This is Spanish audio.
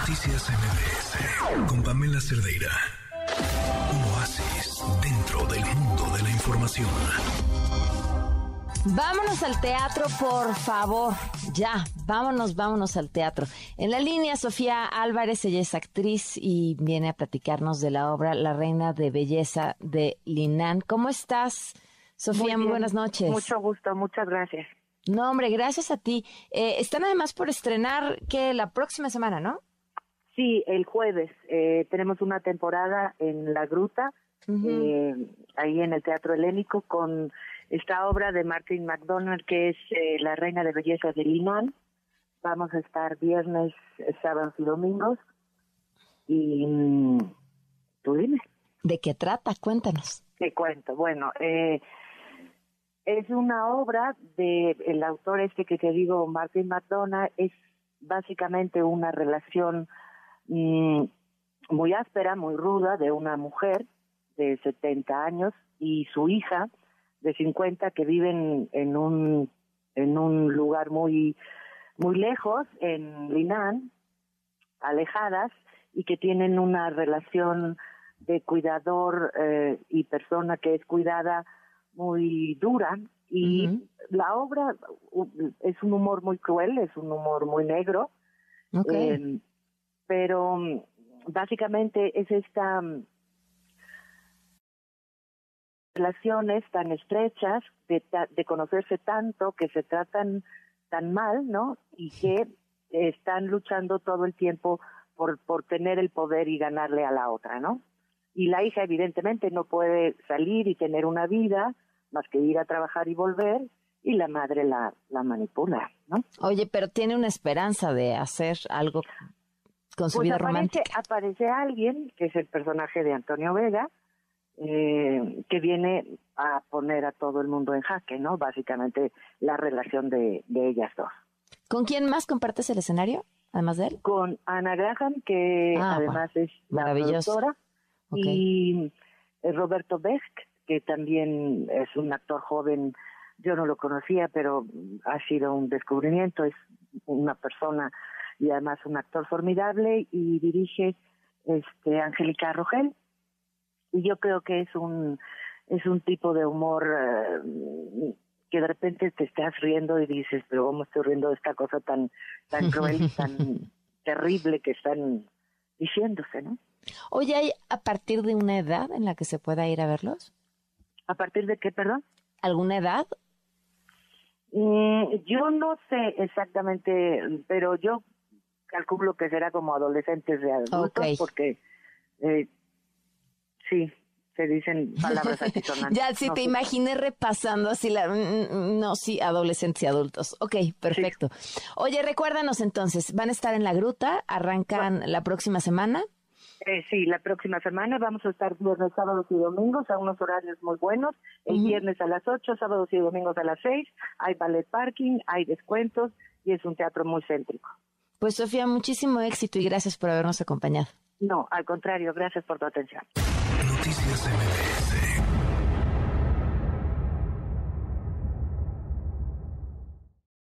Noticias MBS con Pamela Cerdeira. Un oasis dentro del mundo de la información. Vámonos al teatro, por favor. Ya, vámonos al teatro. En la línea, Sofía Álvarez, ella es actriz y viene a platicarnos de la obra La Reina de Belleza de Linaán. ¿Cómo estás, Sofía? Muy buenas noches. Mucho gusto, muchas gracias. No, hombre, gracias a ti. Están además por estrenar que la próxima semana, ¿no? Sí, el jueves. Tenemos una temporada en La Gruta, ahí en el Teatro Helénico, con esta obra de Martin McDonagh, que es La Reina de Belleza de Linaán. Vamos a estar viernes, sábados y domingos. Y tú dime. ¿De qué trata? Cuéntanos. Te cuento. Bueno, es una obra del autor que te digo, Martin McDonagh. Es básicamente una relación muy áspera, muy ruda, de una mujer de 70 años y su hija de 50 que viven en un lugar muy muy lejos, en Linaán, alejadas, y que tienen una relación de cuidador y persona que es cuidada muy dura. Y la obra es un humor muy cruel, es un humor muy negro, pero básicamente es esta relaciones tan estrechas, de conocerse tanto, que se tratan tan mal, ¿no? Y que están luchando todo el tiempo por tener el poder y ganarle a la otra, ¿no? Y la hija evidentemente no puede salir y tener una vida más que ir a trabajar y volver, y la madre la manipula, ¿no? Oye, pero tiene una esperanza de hacer algo con su vida romántica. Aparece alguien, que es el personaje de Antonio Vega, que viene a poner a todo el mundo en jaque, ¿no? Básicamente la relación de ellas dos. ¿Con quién más compartes el escenario, además de él? Con Anna Graham, que además es la productora, y Roberto Beck, que también es un actor joven. Yo no lo conocía, pero ha sido un descubrimiento. Es una persona y además un actor formidable, y dirige Angélica Rogel. Y yo creo que es un tipo de humor que de repente te estás riendo y dices, pero ¿cómo estoy riendo de esta cosa tan cruel y tan terrible que están diciéndose, ¿no? Oye, ¿hay a partir de una edad en la que se pueda ir a verlos? ¿A partir de qué, perdón? ¿Alguna edad? Yo no sé exactamente, pero yo calculo que será como adolescentes de adultos, porque sí, se dicen palabras así sonantes. Ya, sí, no te imaginé repasando así adolescentes y adultos. Ok, perfecto. Sí. Oye, recuérdanos entonces, ¿van a estar en La Gruta? ¿Arrancan la próxima semana? Sí, la próxima semana vamos a estar viernes, sábados y domingos a unos horarios muy buenos. El viernes a las 8, sábados y domingos a las 6. Hay ballet parking, hay descuentos y es un teatro muy céntrico. Pues Sofía, muchísimo éxito y gracias por habernos acompañado. No, al contrario, gracias por tu atención. Noticias MBS.